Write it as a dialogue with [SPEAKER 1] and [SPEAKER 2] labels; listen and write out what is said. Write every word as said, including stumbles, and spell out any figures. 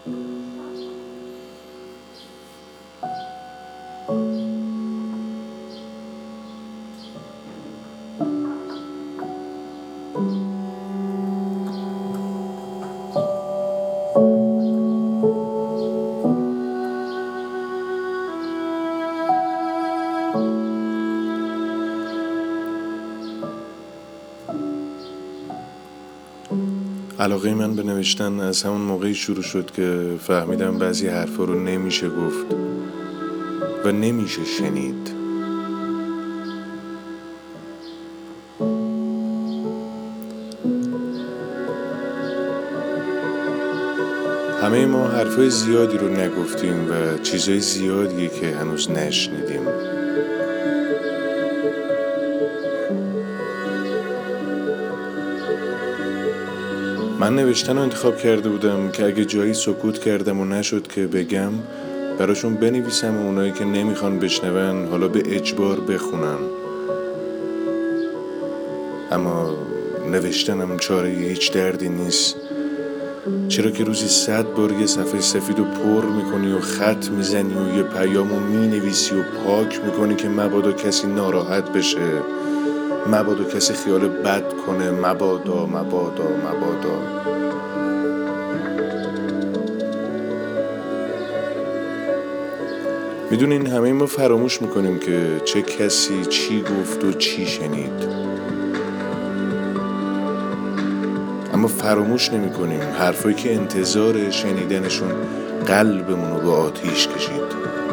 [SPEAKER 1] علاقه من به نوشتن از همون موقعی شروع شد که فهمیدم بعضی حرفا رو نمیشه گفت و نمیشه شنید. همه ما حرفای زیادی رو نگفتیم و چیزای زیادی که هنوز نشنیدیم. من نوشتن رو انتخاب کرده بودم که اگه جایی سکوت کردم و نشد که بگم براشون بنویسم و اونایی که نمیخوان بشنون حالا به اجبار بخونن. اما نوشتنم چاره هیچ دردی نیست، چرا که روزی صد بار یه صفحه سفید رو پر میکنی و خط میزنی و یه پیام رو مینویسی و پاک میکنی که مبادا کسی ناراحت بشه، مبادا کسی خیال بد کنه، مبادا مبادا مبادا. میدونین همه ما فراموش میکنیم که چه کسی چی گفت و چی شنید، اما فراموش نمی کنیم حرفایی که انتظار شنیدنشون قلبمون رو به آتیش کشید.